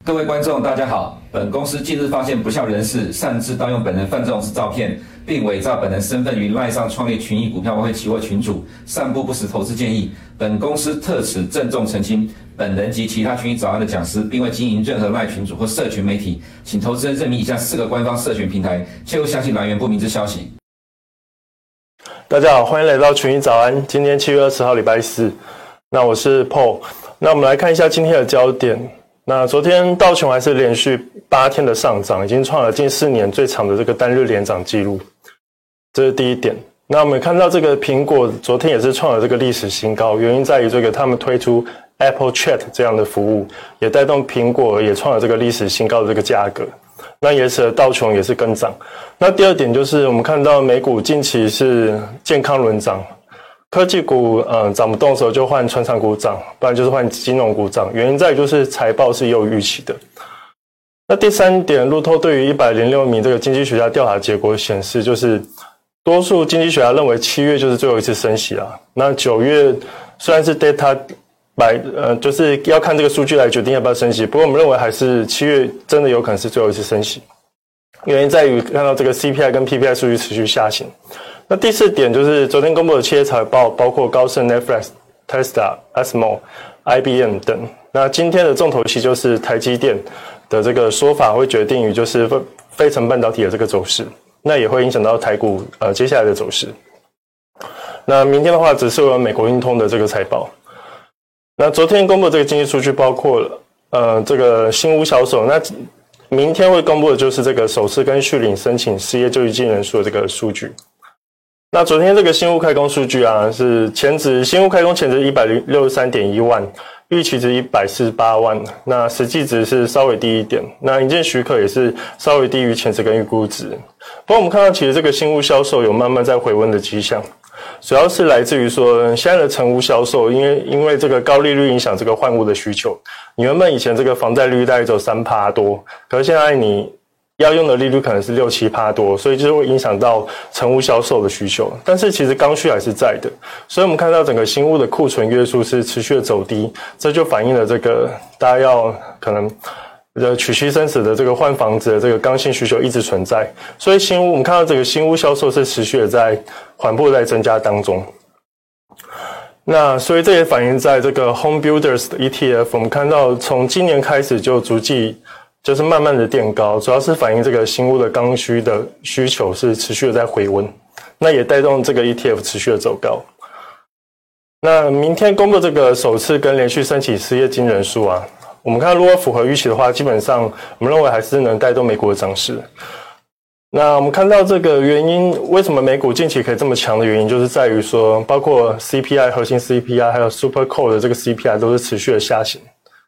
各位观众，大家好。本公司近日发现不肖人士擅自盗用本人范仲式照片，并伪造本人身份于LINE上创立群益股票外汇期货群组，散布不实投资建议。本公司特此郑重澄清，本人及其他群益早安的讲师，并未经营任何LINE群组或社群媒体，请投资人认明以下4个官方社群平台，切勿相信来源不明之消息。 大家好，欢迎来到群益早安。今天7月20号，礼拜四。那我是 Paul。那我们来看一下今天的焦点。那昨天道琼还是连续8天的上涨，已经创了近4年最长的这个单日连涨记录，这是第一点。那我们看到这个苹果昨天也是创了这个历史新高，原因在于这个他们推出 Apple Chat 这样的服务，也带动苹果也创了这个历史新高的这个价格，那也使得道琼也是跟涨。那第二点就是我们看到美股近期是健康轮涨，科技股涨不动的时候就换传产股涨，不然就是换金融股涨，原因在于就是财报是优于预期的。那第三点，路透对于106名这个经济学家调查结果显示，就是多数经济学家认为7月就是最后一次升息啦。那9月虽然是 data 就是要看这个数据来决定要不要升息，不过我们认为还是7月真的有可能是最后一次升息，原因在于看到这个 CPI 跟 PPI 数据持续下行。那第四点就是昨天公布的企业财报，包括高盛、Netflix、Tesla、ASML、IBM 等。那今天的重头戏就是台积电的这个说法会决定于就是非成半导体的这个走势，那也会影响到台股接下来的走势。那明天的话只是有美国运通的这个财报。那昨天公布的这个经济数据包括了这个新屋销售，那明天会公布的就是这个首次跟续领申请失业救济金人数的这个数据。那昨天这个新屋开工数据啊，是新屋开工前值 163.1 万，预期值148万，那实际值是稍微低一点，那营建许可也是稍微低于前值跟预估值。不过我们看到其实这个新屋销售有慢慢在回温的迹象，主要是来自于说现在的成屋销售，因为这个高利率影响这个换屋的需求，你原本以前这个房贷利率大概只有 3% 多，可是现在你要用的利率可能是6-7% 多，所以就会影响到成屋销售的需求。但是其实刚需还是在的，所以我们看到整个新屋的库存月数是持续的走低，这就反映了这个大家要可能娶妻生子的这个换房子的这个刚性需求一直存在，所以新屋我们看到这个新屋销售是持续的在缓步在增加当中。那所以这也反映在这个 Home Builders 的 ETF， 我们看到从今年开始就逐季就是慢慢的垫高，主要是反映这个新屋的刚需的需求是持续的在回温，那也带动这个 ETF 持续的走高。那明天公布这个首次跟连续申请失业金人数啊，我们看如果符合预期的话，基本上我们认为还是能带动美股的涨势。那我们看到这个原因，为什么美股近期可以这么强的原因，就是在于说包括 CPI 核心 CPI 还有 Super Core 的这个 CPI 都是持续的下行。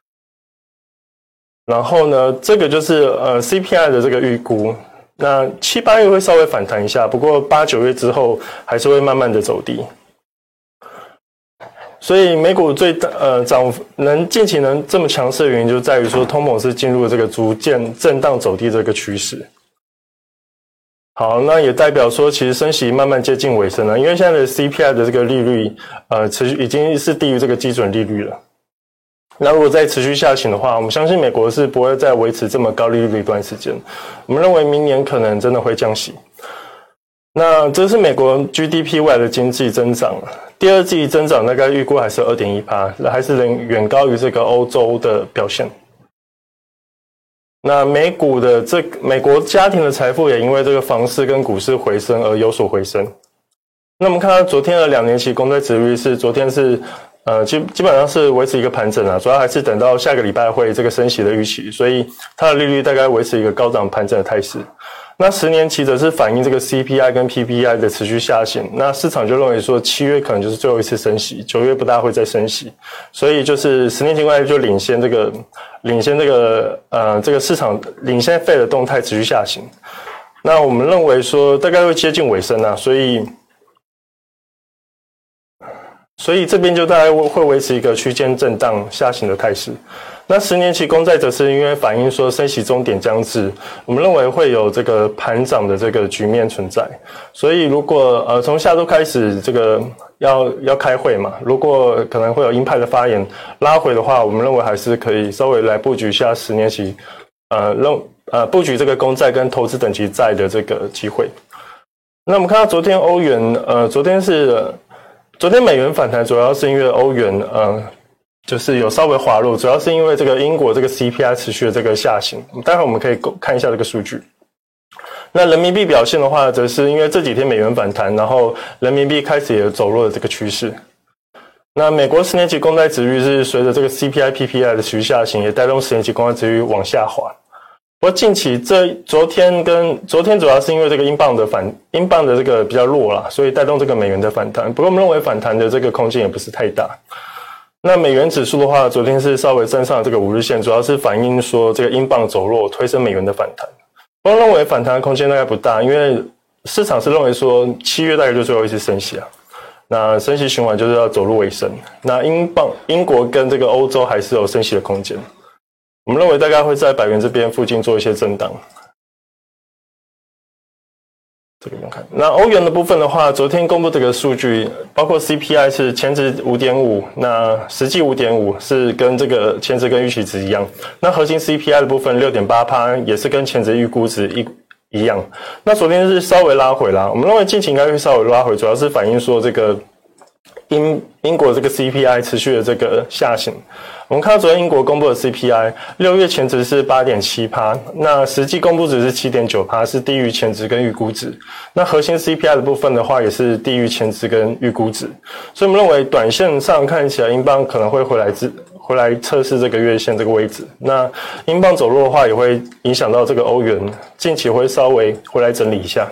然后呢，这个就是CPI 的这个预估，那7、8月会稍微反弹一下，不过8、9月之后还是会慢慢的走低。所以美股近期能这么强势的原因，就在于说通膨是进入了这个逐渐震荡走低这个趋势。好，那也代表说其实升息慢慢接近尾声了，因为现在的 CPI 的这个利率已经是低于这个基准利率了。那如果再持续下行的话，我们相信美国是不会再维持这么高利率的一段时间。我们认为明年可能真的会降息。那这是美国 GDP 未来的经济增长，第二季增长大概预估还是 2.1%， 还是远高于这个欧洲的表现。那美国家庭的财富也因为这个房市跟股市回升而有所回升。那我们看到昨天的2年期公债殖利率昨天是基本上是维持一个盘整啊，主要还是等到下个礼拜会这个升息的预期，所以它的利率大概维持一个高涨盘整的态势。那10年期则是反映这个 CPI 跟 PPI 的持续下行，那市场就认为说7月可能就是最后一次升息，9月不大会再升息，所以就是10年期公债就领先这个市场领先Fed的动态持续下行。那我们认为说大概会接近尾声啊，所以所以这边就大概会维持一个区间震荡下行的态势。那10年期公债则是因为反映说升息终点将至，我们认为会有这个盘涨的这个局面存在。所以如果从下周开始这个要开会嘛，如果可能会有鹰派的发言拉回的话，我们认为还是可以稍微来布局一下10年期布局这个公债跟投资等级债的这个机会。那我们看到昨天欧元昨天美元反弹主要是因为欧元就是有稍微滑落，主要是因为这个英国这个 CPI 持续的这个下行。待会我们可以看一下这个数据。那人民币表现的话，则是因为这几天美元反弹，然后人民币开始也走弱的这个趋势。那美国10年期公债殖利率是随着这个 CPI、PPI 的持续下行，也带动10年期公债殖利率往下滑。不过近期昨天主要是因为这个英镑的这个比较弱啦，所以带动这个美元的反弹。不过我们认为反弹的这个空间也不是太大。那美元指数的话，昨天是稍微站上这个5日线，主要是反映说这个英镑走弱，推升美元的反弹。我认为反弹的空间大概不大，因为市场是认为说7月大概就最后一次升息啊。那升息循环就是要走入尾声。那英国跟这个欧洲还是有升息的空间。我们认为大概会在100元这边附近做一些震荡。这个不用看。那欧元的部分的话，昨天公布这个数据，包括 CPI 是前值 5.5， 那实际 5.5 是跟这个前值跟预期值一样。那核心 CPI 的部分 6.8% 也是跟前值预估值一样。那昨天是稍微拉回啦，我们认为近期应该会稍微拉回，主要是反映说这个英国这个 CPI 持续的这个下行。我们看到昨天英国公布的 CPI， 6月前值是 8.7%， 那实际公布值是 7.9%， 是低于前值跟预估值。那核心 CPI 的部分的话，也是低于前值跟预估值。所以我们认为短线上看起来，英镑可能会回来测试这个月线这个位置。那英镑走弱的话，也会影响到这个欧元，近期会稍微回来整理一下。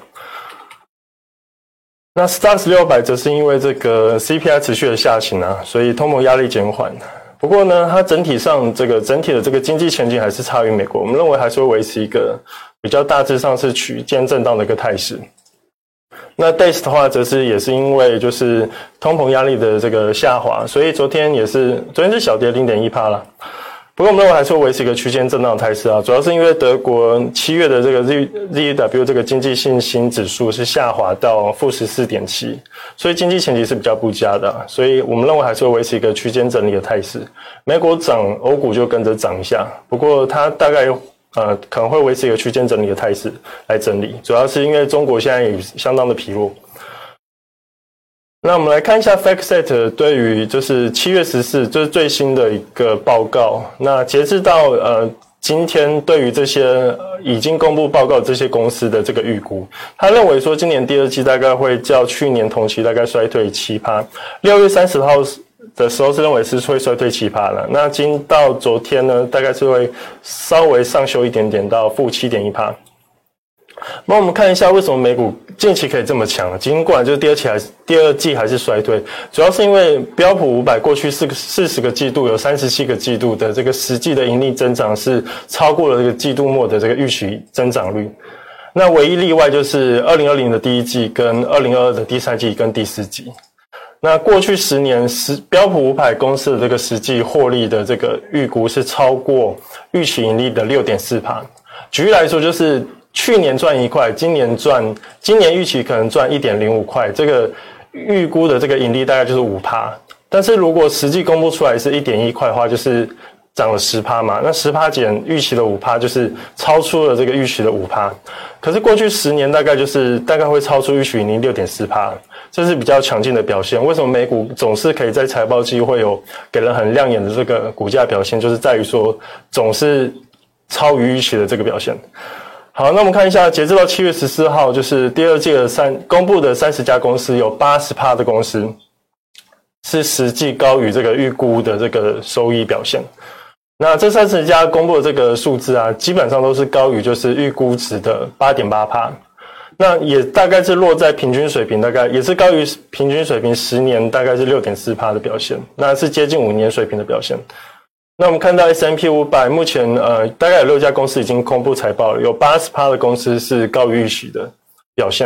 那 STOXX 600则是因为这个 CPI 持续的下行啊，所以通膨压力减缓。不过呢，它整体的这个经济前景还是差于美国，我们认为还是会维持一个比较大致上是区间震荡的一个态势。那 DAX 的话，则是也是因为就是通膨压力的这个下滑，所以昨天是小跌 0.1% 啦。不过我们认为还是会维持一个区间震荡的态势啊，主要是因为德国7月的这个 ZEW 这个经济信心指数是下滑到-14.7，所以经济前景是比较不佳的所以我们认为还是会维持一个区间整理的态势。美股涨，欧股就跟着涨一下，不过它大概可能会维持一个区间整理的态势来整理，主要是因为中国现在也相当的疲弱。那我们来看一下 FactSet 对于就是7月14就是最新的一个报告。那截至到今天，对于这些已经公布报告的这些公司的这个预估，他认为说今年第二季大概会较去年同期大概衰退 7%。6月30号的时候是认为是会衰退 7% 了。那到昨天呢，大概是会稍微上修一点点到-7.1%。那我们看一下为什么美股近期可以这么强，尽管就是第二季还是衰退，主要是因为标普500过去40个季度有37个季度的这个实际的盈利增长是超过了这个季度末的这个预期增长率。那唯一例外就是2020的第一季跟2022的第三季跟第四季。那过去10年标普500公司的这个实际获利的这个预估是超过预期盈利的 6.4%。举例来说，就是去年赚1块，今年预期可能赚 1.05 块，这个预估的这个盈利大概就是 5%。但是如果实际公布出来是 1.1 块的话，就是涨了 10% 嘛，那 10% 减预期的 5%， 就是超出了这个预期的 5%。可是过去10年大概会超出预期盈利 6.4%， 这是比较强劲的表现。为什么美股总是可以在财报季会有给人很亮眼的这个股价表现，就是在于说总是超于预期的这个表现。好，那我们看一下，截至到7月14号，就是第二季的公布的30家公司，有 80% 的公司是实际高于这个预估的这个收益表现。那这30家公布的这个数字啊，基本上都是高于就是预估值的 8.8%。那也大概是落在平均水平，大概也是高于平均水平10年大概是 6.4% 的表现，那是接近5年水平的表现。那我们看到 S&P 500目前大概有6家公司已经公布财报了，有 80% 的公司是高于预期的表现。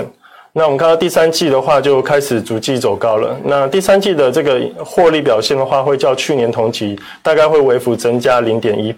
那我们看到第三季的话就开始逐季走高了。那第三季的这个获利表现的话，会较去年同期大概会微幅增加 0.1%。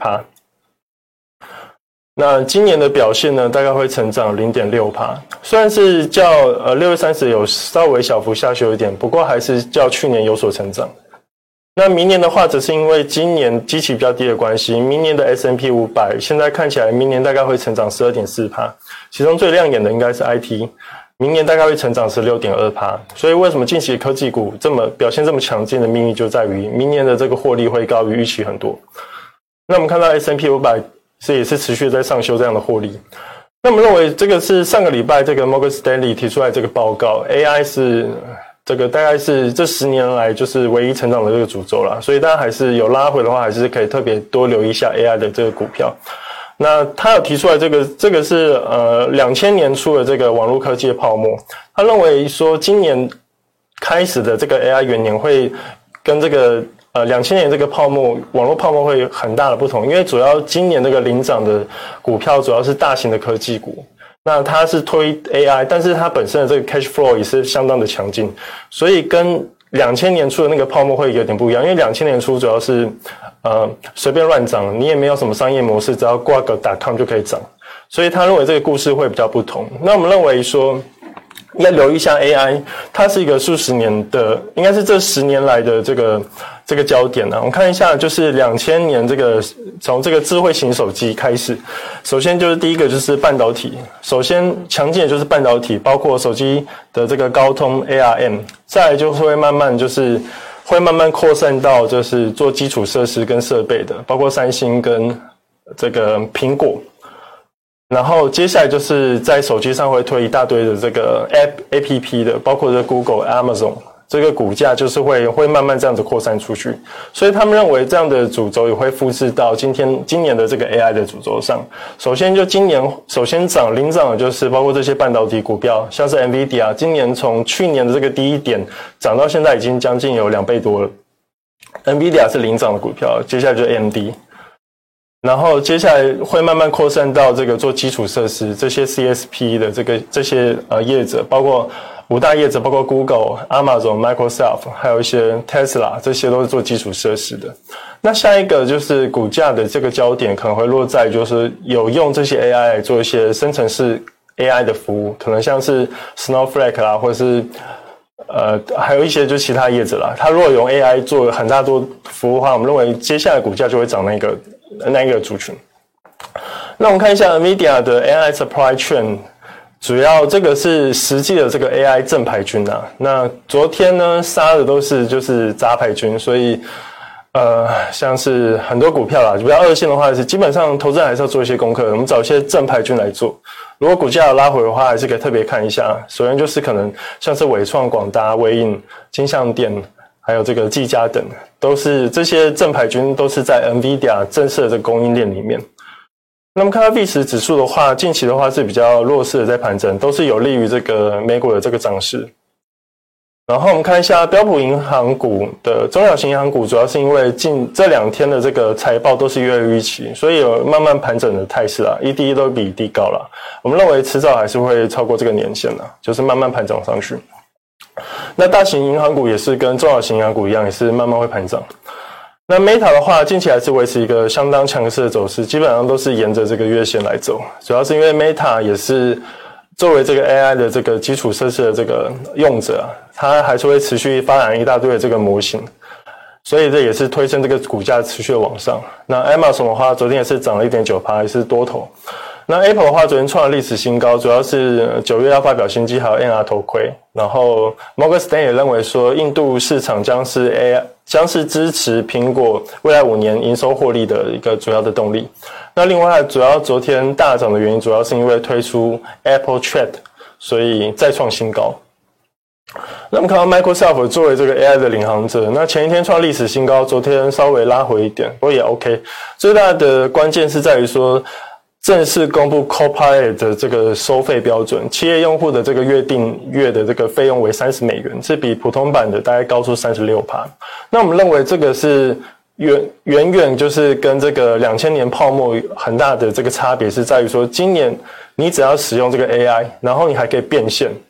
那今年的表现呢，大概会成长 0.6%， 虽然是较6月30有稍微小幅下修一点，不过还是较去年有所成长。那明年的话，则是因为今年基期比较低的关系，明年的 S&P 500现在看起来明年大概会成长 12.4%， 其中最亮眼的应该是 IT， 明年大概会成长 16.2%。所以为什么近期的科技股表现这么强劲的秘密就在于明年的这个获利会高于预期很多。那我们看到 S&P 500也是持续在上修这样的获利。那我们认为这个是上个礼拜这个 Morgan Stanley 提出来这个报告 ，AI 是这个大概是这10年来就是唯一成长的这个主轴啦，所以大家还是有拉回的话，还是可以特别多留意一下 AI 的这个股票。那他有提出来这个是2000年初的这个网络科技的泡沫，他认为说今年开始的这个 AI 元年会跟这个2000年这个网络泡沫会很大的不同，因为主要今年这个领涨的股票主要是大型的科技股，那它是推 AI， 但是它本身的这个 cash flow 也是相当的强劲，所以跟2000年初的那个泡沫会有点不一样，因为2000年初主要是随便乱涨，你也没有什么商业模式，只要挂个 .com 就可以涨，所以他认为这个故事会比较不同。那我们认为说要留意一下 AI， 它是一个数十年的，应该是这10年来的这个焦点啊。我们看一下，就是2000年从这个智慧型手机开始，首先就是第一个就是半导体，首先强劲的就是半导体，包括手机的这个高通 ARM， 再来就是会慢慢扩散到就是做基础设施跟设备的，包括三星跟这个苹果。然后接下来就是在手机上会推一大堆的这个 APP 的，包括这 Google、Amazon， 这个股价就是会慢慢这样子扩散出去。所以他们认为这样的主轴也会复制到今年的这个 AI 的主轴上。首先就今年首先领涨的就是包括这些半导体股票，像是 NVIDIA， 今年从去年的这个低点涨到现在已经将近有2倍多了。NVIDIA 是领涨的股票，接下来就是 AMD。然后接下来会慢慢扩散到这个做基础设施这些 CSP 的这些业者，包括5大业者，包括 Google、Amazon、Microsoft， 还有一些 Tesla， 这些都是做基础设施的。那下一个就是股价的这个焦点可能会落在就是有用这些 AI 来做一些生成式 AI 的服务，可能像是 Snowflake 啦，或者是还有一些就是其他业者啦。他如果用 AI 做很大多服务的话，我们认为接下来股价就会涨那个族群。那我们看一下 NVIDIA 的 AI Supply Chain， 主要这个是实际的这个 AI 正牌军啊。那昨天呢杀的都是就是杂牌军，所以像是很多股票啦，比较二线的话是基本上投资人还是要做一些功课的，我们找一些正牌军来做。如果股价有拉回的话，还是可以特别看一下。首先就是可能像是伟创、广达、微影、金像电，还有这个技嘉等，都是这些正牌军都是在 NVIDIA 正式的这个供应链里面。那么看到VIX指数的话，近期的话是比较弱势的在盘整，都是有利于这个美股的这个涨势。然后我们看一下标普银行股的中小型银行股，主要是因为近这2天的这个财报都是越预期，所以有慢慢盘整的态势啊 ，ED 都比 ED 高了。我们认为迟早还是会超过这个年线的，就是慢慢盘涨上去。那大型银行股也是跟中小型银行股一样，也是慢慢会盘涨。那 Meta 的话，近期还是维持一个相当强势的走势，基本上都是沿着这个月线来走，主要是因为 Meta 也是作为这个 AI 的这个基础设施的这个用者，它还是会持续发展一大堆的这个模型，所以这也是推升这个股价持续的往上。那 Amazon 的话，昨天也是涨了 1.9%， 也是多头。那 Apple 的话，昨天创了历史新高，主要是9月要发表新机，还有 NR 头盔。然后 Morgan Stanley 也认为说，印度市场将是支持苹果未来5年营收获利的一个主要的动力。那另外，主要昨天大涨的原因，主要是因为推出 Apple Chat， 所以再创新高。那我们看到 Microsoft 作为这个 AI 的领航者，那前一天创历史新高，昨天稍微拉回一点，不过也 OK。最大的关键是在于说，正式公布 Copilot 的这个收费标准，企业用户的这个月订阅的这个费用为$30，是比普通版的大概高出 36%。那我们认为这个是远远就是跟这个2000年泡沫很大的这个差别是在于说，今年你只要使用这个 AI， 然后你还可以变现，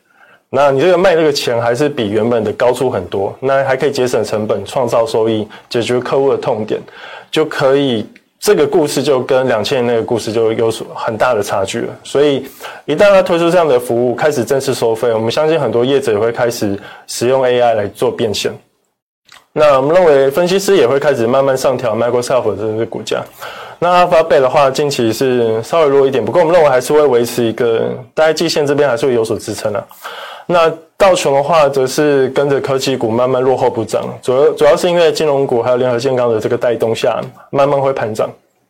那你这个卖这个钱还是比原本的高出很多，那还可以节省成本，创造收益，解决客户的痛点，就可以。这个故事就跟2000年那个故事就有很大的差距了，所以一旦他推出这样的服务，开始正式收费，我们相信很多业者也会开始使用 AI 来做变现。那我们认为分析师也会开始慢慢上调 Microsoft 的这个股价。那 Alphabet 的话，近期是稍微弱一点，不过我们认为还是会维持一个大概季线这边还是会有所支撑啊。那道琼的话，则是跟着科技股慢慢落后不涨，主要是因为金融股还有联合健康的这个带动下，慢慢会盘涨。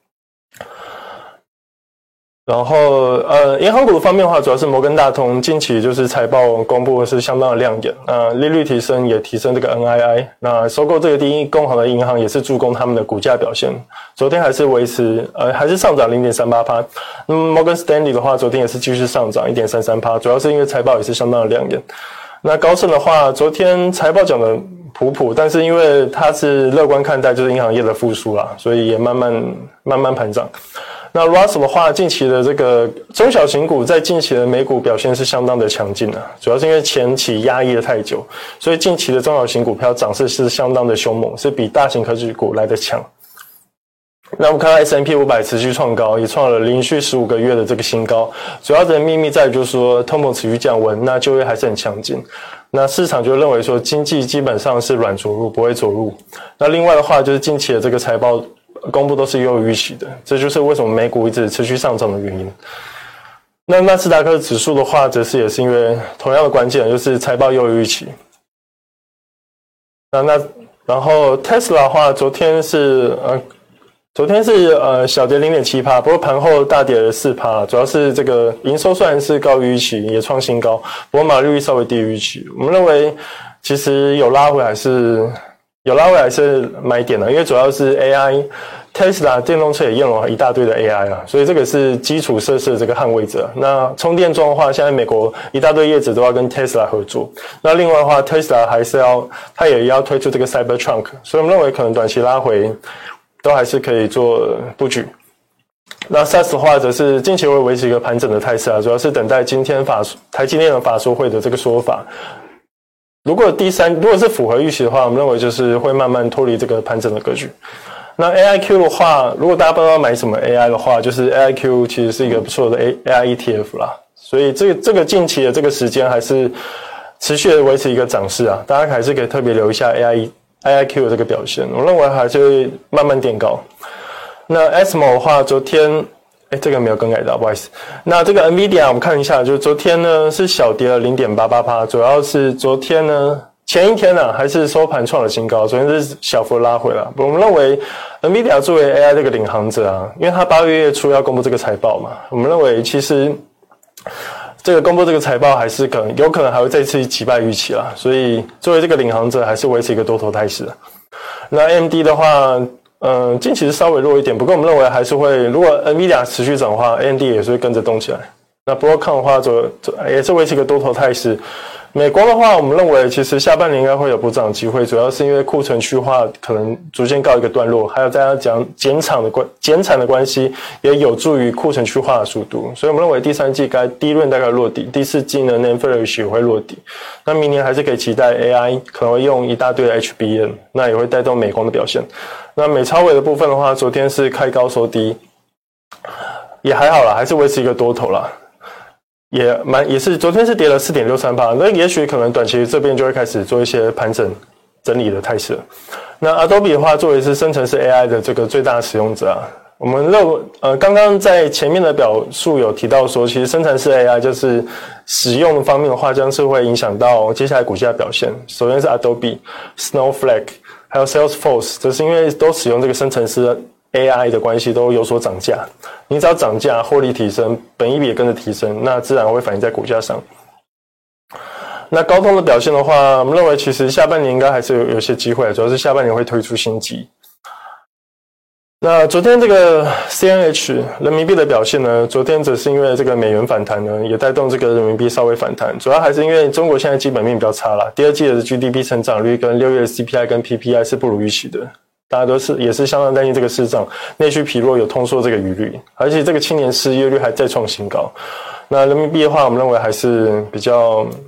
然后银行股方面的话，主要是摩根大通近期就是财报公布的是相当的亮眼，利率提升也提升这个 NII， 那收购这个第一共和的银行也是助攻他们的股价表现，昨天还是维持还是上涨 0.38%， 那么 Morgan Stanley 的话昨天也是继续上涨 1.33%， 主要是因为财报也是相当的亮眼。那高盛的话，昨天财报讲的普，但是因为它是乐观看待就是银行业的复苏啦，所以也慢慢盘涨。那 Russell 的话，近期的这个中小型股在近期的美股表现是相当的强劲啊，主要是因为前期压抑了太久，所以近期的中小型股票涨势是相当的凶猛，是比大型科技股来得强。那我们看到 S&P 500持续创高，也创了连续15个月的这个新高，主要的秘密在于就是说通膨持续降温，那就业还是很强劲，那市场就认为说经济基本上是软着陆，不会着陆。那另外的话就是近期的这个财报公布都是优于预期的，这就是为什么美股一直持续上涨的原因。那纳斯达克指数的话，则是也是因为同样的关键，就是财报优于预期。然后 Tesla 的话，昨天是小跌 0.7%， 不过盘后大跌了 4%， 主要是这个营收虽然是高于预期，也创新高，不过毛利率稍微低于预期。我们认为其实有拉回还是买点的，因为主要是 AI， Tesla 电动车也用了一大堆的 AI 啊，所以这个是基础设施的这个捍卫者。那充电桩的话，现在美国一大堆业者都要跟 Tesla 合作。那另外的话 ，Tesla 它也要推出这个 Cybertruck， 所以我们认为可能短期拉回都还是可以做布局。那 SAS 的话，则是近期会维持一个盘整的态势啊，主要是等待今天台积电的法说会的这个说法。如果是符合预期的话，我们认为就是会慢慢脱离这个盘整的格局。那 AIQ 的话，如果大家不知道买什么 AI 的话，就是 AIQ 其实是一个不错的 AI ETF 啦，所以这个近期的这个时间还是持续的维持一个涨势啊，大家还是可以特别留意一下 AIQ 的这个表现，我认为还是会慢慢垫高。那 ASML 的话，昨天这个没有更改到，不好意思。那这个 NVIDIA 我们看一下，就昨天呢是小跌了 0.88%， 主要是昨天呢前一天还是收盘创了新高，昨天是小幅拉回了。我们认为 NVIDIA 作为 AI 这个领航者啊，因为它8月初要公布这个财报嘛，我们认为其实这个公布这个财报还是有可能还会再次击败预期啦，所以作为这个领航者还是维持一个多头态势。那 AMD 的话近期是稍微弱一点，不过我们认为还是会，如果 NVIDIA 持续涨的话 AMD 也是会跟着动起来。那 Broadcom 的话也是维持一个多头态势。美光的话，我们认为其实下半年应该会有补涨机会，主要是因为库存去化可能逐渐告一个段落，还有大家讲减产的关系，也有助于库存去化的速度。所以我们认为第三季第一轮大概落底，第四季呢 NAND Flash 也会落底。那明年还是可以期待 AI 可能会用一大堆的 HBM， 那也会带动美光的表现。那美超微的部分的话，昨天是开高收低，也还好啦，还是维持一个多头啦。也是昨天是跌了 4.63%， 那也许可能短期这边就会开始做一些盘整理的态势。那 Adobe 的话，作为是生成式 AI 的这个最大的使用者啊，我们认为刚刚在前面的表述有提到说，其实生成式 AI 就是使用方面的话，将是会影响到接下来股价表现。首先是 Adobe、Snowflake 还有 Salesforce， 这是因为都使用这个生成式AI 的关系都有所涨价，你只要涨价，获利提升，本益比也跟着提升，那自然会反映在股价上。那高通的表现的话，我们认为其实下半年应该还是有些机会，主要是下半年会推出新机。那昨天这个 CNH 人民币的表现呢，昨天则是因为这个美元反弹呢，也带动这个人民币稍微反弹，主要还是因为中国现在基本面比较差啦，第二季的 GDP 成长率跟6月的 CPI 跟 PPI 是不如预期的。大家也是相当担心这个市场内需疲弱有通缩这个疑虑，而且这个青年失业率还再创新高。那人民币的话，我们认为还是比较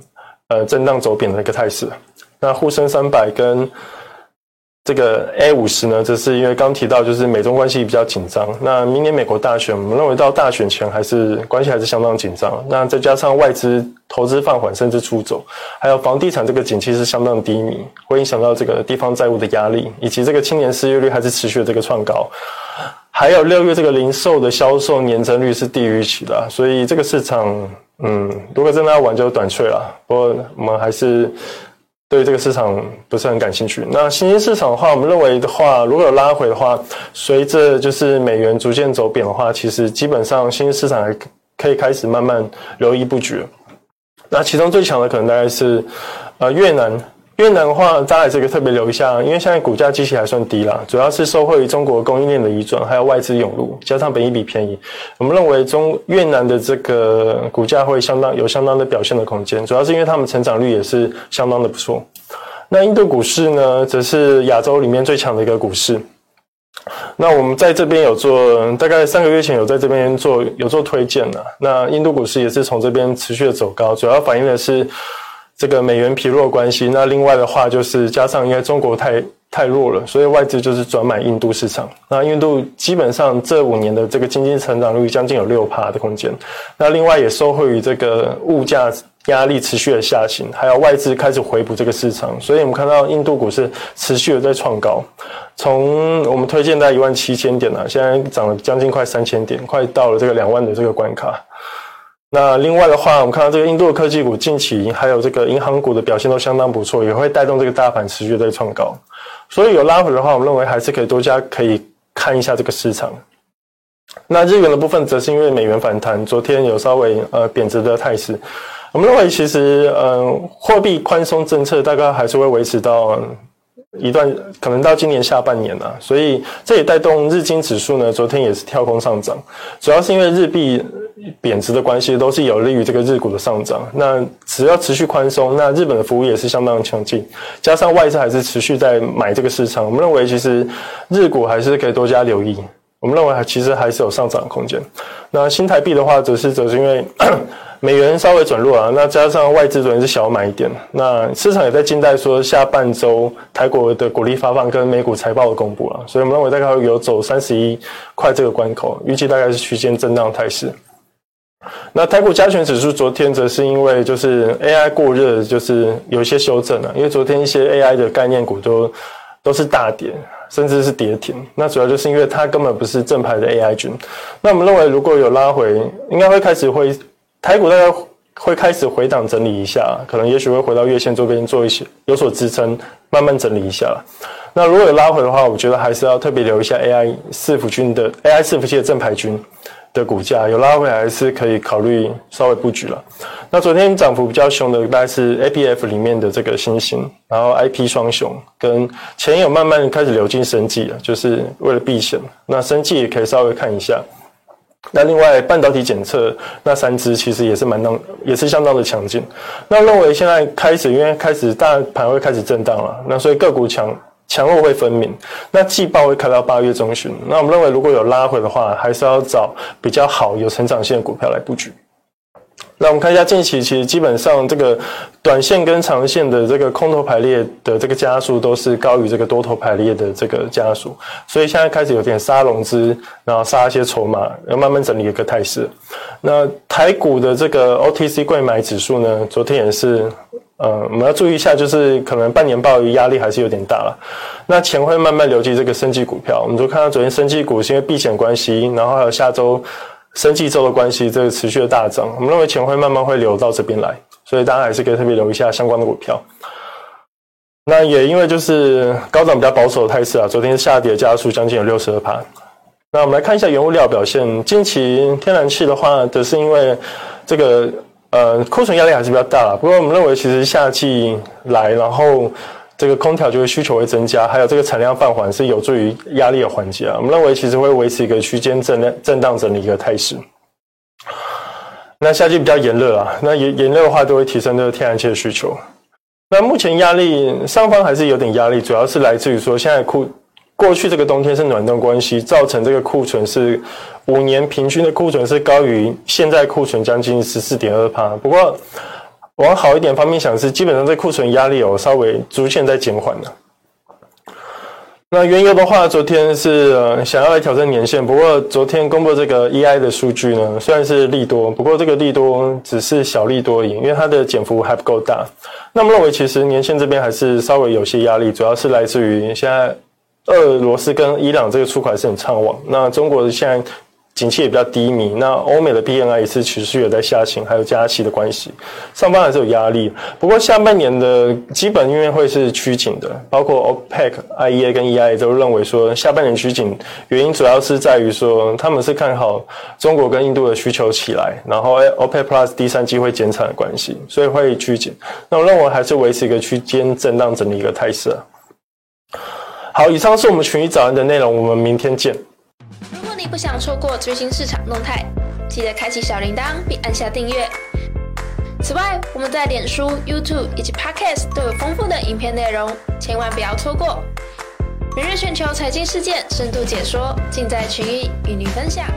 震荡走贬的一个态势。那沪深300跟这个 A50呢，这是因为刚提到就是美中关系比较紧张。那明年美国大选，我们认为到大选前关系还是相当紧张。那再加上外资投资放缓甚至出走，还有房地产这个景气是相当低迷，会影响到这个地方债务的压力，以及这个青年失业率还是持续的这个创高。还有6月这个零售的销售年增率是低于预期的，所以这个市场如果真的要玩就短脆了。不过我们还是对这个市场不是很感兴趣。那新兴市场的话，我们认为的话，如果有拉回的话，随着就是美元逐渐走贬的话，其实基本上新兴市场还可以开始慢慢留意布局。那其中最强的可能大概是越南。越南的话，大家还是可以特别留意一下，因为现在股价基期还算低啦，主要是受惠于中国供应链的移转，还有外资涌入，加上本益比便宜，我们认为越南的这个股价会有相当的表现的空间，主要是因为他们成长率也是相当的不错。那印度股市呢，则是亚洲里面最强的一个股市。那我们在这边有做，大概3个月前有在这边有做推荐了。那印度股市也是从这边持续的走高，主要反映的是这个美元疲弱关系。那另外的话就是加上因为中国太弱了，所以外资就是转买印度市场。那印度基本上这5年的这个经济成长率将近有 6% 的空间。那另外也受惠于这个物价压力持续的下行，还有外资开始回补这个市场，所以我们看到印度股市持续的在创高，从我们推荐在17000点现在涨了将近快3000点，快到了这个2万的这个关卡。那另外的话，我们看到这个印度的科技股近期还有这个银行股的表现都相当不错，也会带动这个大盘持续在创高。所以有拉回的话，我们认为还是可以看一下这个市场。那日元的部分则是因为美元反弹，昨天有稍微贬值的态势。我们认为其实货币宽松政策大概还是会维持到一段可能到今年下半年所以这也带动日经指数呢，昨天也是跳空上涨，主要是因为日币贬值的关系，都是有利于这个日股的上涨。那只要持续宽松，那日本的服务业是相当强劲，加上外资还是持续在买这个市场，我们认为其实日股还是可以多加留意。我们认为其实还是有上涨的空间。那新台币的话，则是因为美元稍微转弱那加上外资昨天是小买一点，那市场也在静待说下半周台国的股利发放跟美股财报的公布所以我们认为大概有走31块这个关口，预计大概是区间震荡态势。那台股加权指数昨天则是因为就是 AI 过热，就是有一些修正因为昨天一些 AI 的概念股都是大跌，甚至是跌停。那主要就是因为它根本不是正牌的 AI 军。那我们认为如果有拉回，应该会台股大概会开始回档整理一下，可能也许会回到月线这边做一些有所支撑，慢慢整理一下。那如果有拉回的话，我觉得还是要特别留一下 AI 伺服器的正牌军的股价，有拉回还是可以考虑稍微布局了。那昨天涨幅比较凶的大概是 ABF 里面的这个新兴，然后 IP 双雄跟钱有慢慢开始流进生技就是为了避险。那生技也可以稍微看一下。那另外半导体检测那3只其实也是相当的强劲。那认为现在因为开始大盘会开始震荡了，那所以个股强弱会分明。那季报会开到8月中旬。那我们认为如果有拉回的话，还是要找比较好有成长性的股票来布局。那我们看一下近期，其实基本上这个短线跟长线的这个空头排列的这个家数都是高于这个多头排列的这个家数，所以现在开始有点杀融资，然后杀一些筹码，要慢慢整理一个态势。那台股的这个 OTC 柜买指数呢，昨天也是我们要注意一下，就是可能半年报压力还是有点大了。那钱会慢慢流进这个生技股票，我们就看到昨天生技股是因为避险关系，然后还有下周生技周的关系，这个持续的大涨，我们认为钱会慢慢会流到这边来，所以大家还是可以特别留意一下相关的股票。那也因为就是高涨比较保守的态势昨天下跌家数将近有 62%。那我们来看一下原物料表现，近期天然气的话，则是因为这个库存压力还是比较大不过我们认为其实夏季来，然后这个空调就会需求会增加，还有这个产量放缓是有助于压力的缓解我们认为其实会维持一个区间震荡整理一个态势。那夏季比较炎热那炎热的话都会提升这个天然气的需求。那目前压力上方还是有点压力，主要是来自于说现在过去这个冬天是暖冬关系，造成这个库存是5年平均的库存是高于现在库存将近 14.2%。不过往好一点方面想是，基本上这库存压力稍微逐渐在减缓了。那原油的话，昨天是想要来挑战年线，不过昨天公布这个 EI 的数据呢，虽然是利多，不过这个利多只是小利多而已，因为它的减幅还不够大。那我们认为其实年线这边还是稍微有些压力，主要是来自于现在俄罗斯跟伊朗这个出口还是很畅旺，那中国现在景气也比较低迷，那欧美的 PMI 也是持续有在下行，还有加息的关系，上半还是有压力。不过下半年的基本面会是趋紧的，包括 OPEC、IEA 跟 EIA 都认为说下半年趋紧，原因主要是在于说他们是看好中国跟印度的需求起来，然后 OPEC Plus 第三季会减产的关系，所以会趋紧。那我认为还是维持一个区间震荡整理一个态势。好，以上是我们群益早安的内容，我们明天见。 如果你不想错过最新市场动态，记得开启小铃铛并按下订阅。此外，我们在脸书、YouTube 以及 Podcast 都有丰富的影片内容，千万不要错过。每日全球财经事件深度解说，尽在群益与你分享。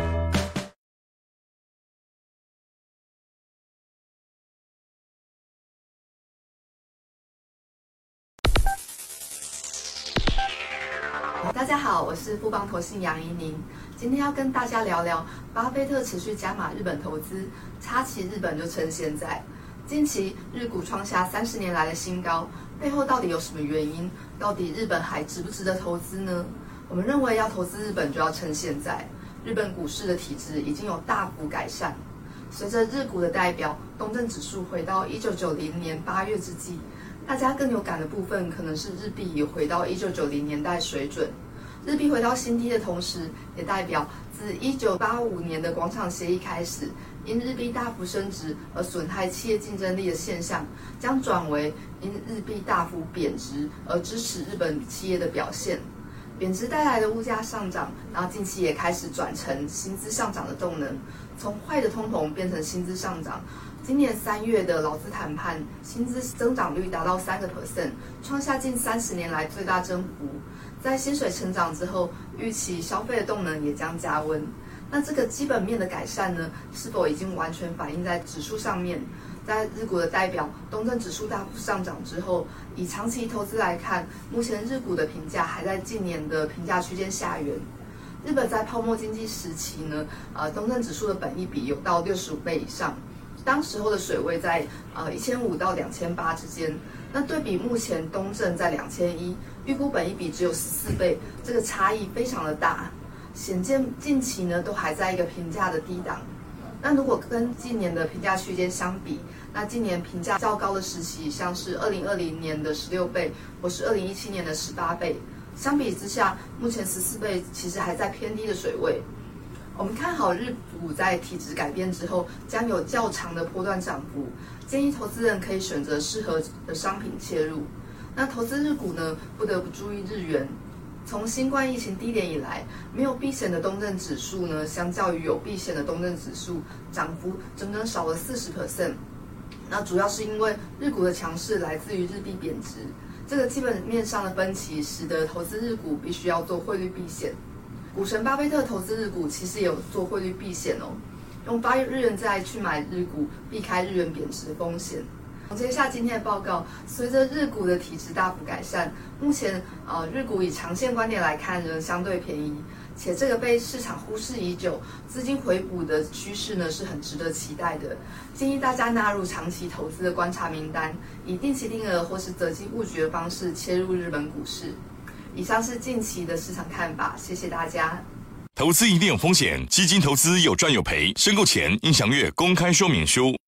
大家好，我是富邦投信杨怡宁，今天要跟大家聊聊巴菲特持续加码日本投资，插旗日本就趁现在。近期日股创下30年来的新高，背后到底有什么原因？到底日本还值不值得投资呢？我们认为要投资日本就要趁现在，日本股市的体质已经有大幅改善。随着日股的代表东证指数回到1990年8月之际，大家更有感的部分可能是日币也回到1990年代水准。日币回到新低的同时，也代表自1985年的广场协议开始，因日币大幅升值而损害企业竞争力的现象，将转为因日币大幅贬值而支持日本企业的表现。贬值带来的物价上涨，然后近期也开始转成薪资上涨的动能，从坏的通膨变成薪资上涨。今年3月的劳资谈判，薪资增长率达到3%，创下近30年来最大增幅。在薪水成长之后，预期消费的动能也将加温。那这个基本面的改善呢，是否已经完全反映在指数上面？在日股的代表东证指数大幅上涨之后，以长期投资来看，目前日股的评价还在近年的评价区间下缘。日本在泡沫经济时期呢，东证指数的本益比有到65倍以上，当时候的水位在1500到2800之间。那对比目前东证在2100，预估本益比只有14倍，这个差异非常的大，显见近期呢都还在一个评价的低档。那如果跟近年的评价区间相比，那今年评价较高的时期，像是2020年的16倍，或是2017年的18倍，相比之下，目前14倍其实还在偏低的水位。我们看好日股在体质改变之后，将有较长的波段涨幅，建议投资人可以选择适合的商品切入。那投资日股呢，不得不注意日元。从新冠疫情低点以来，没有避险的东证指数呢，相较于有避险的东证指数，涨幅整整少了40%。那主要是因为日股的强势来自于日币贬值，这个基本面上的分歧，使得投资日股必须要做汇率避险。股神巴菲特投资日股其实也有做汇率避险哦，用8日元债去买日股，避开日元贬值的风险。总结一下今天的报告，随着日股的体质大幅改善，目前日股以长线观点来看仍相对便宜，且这个被市场忽视已久，资金回补的趋势呢是很值得期待的。建议大家纳入长期投资的观察名单，以定期定额或是择机布局的方式切入日本股市。以上是近期的市场看法，谢谢大家。 投资一定有风险，基金投资有赚有赔，申购前应详阅公开说明书。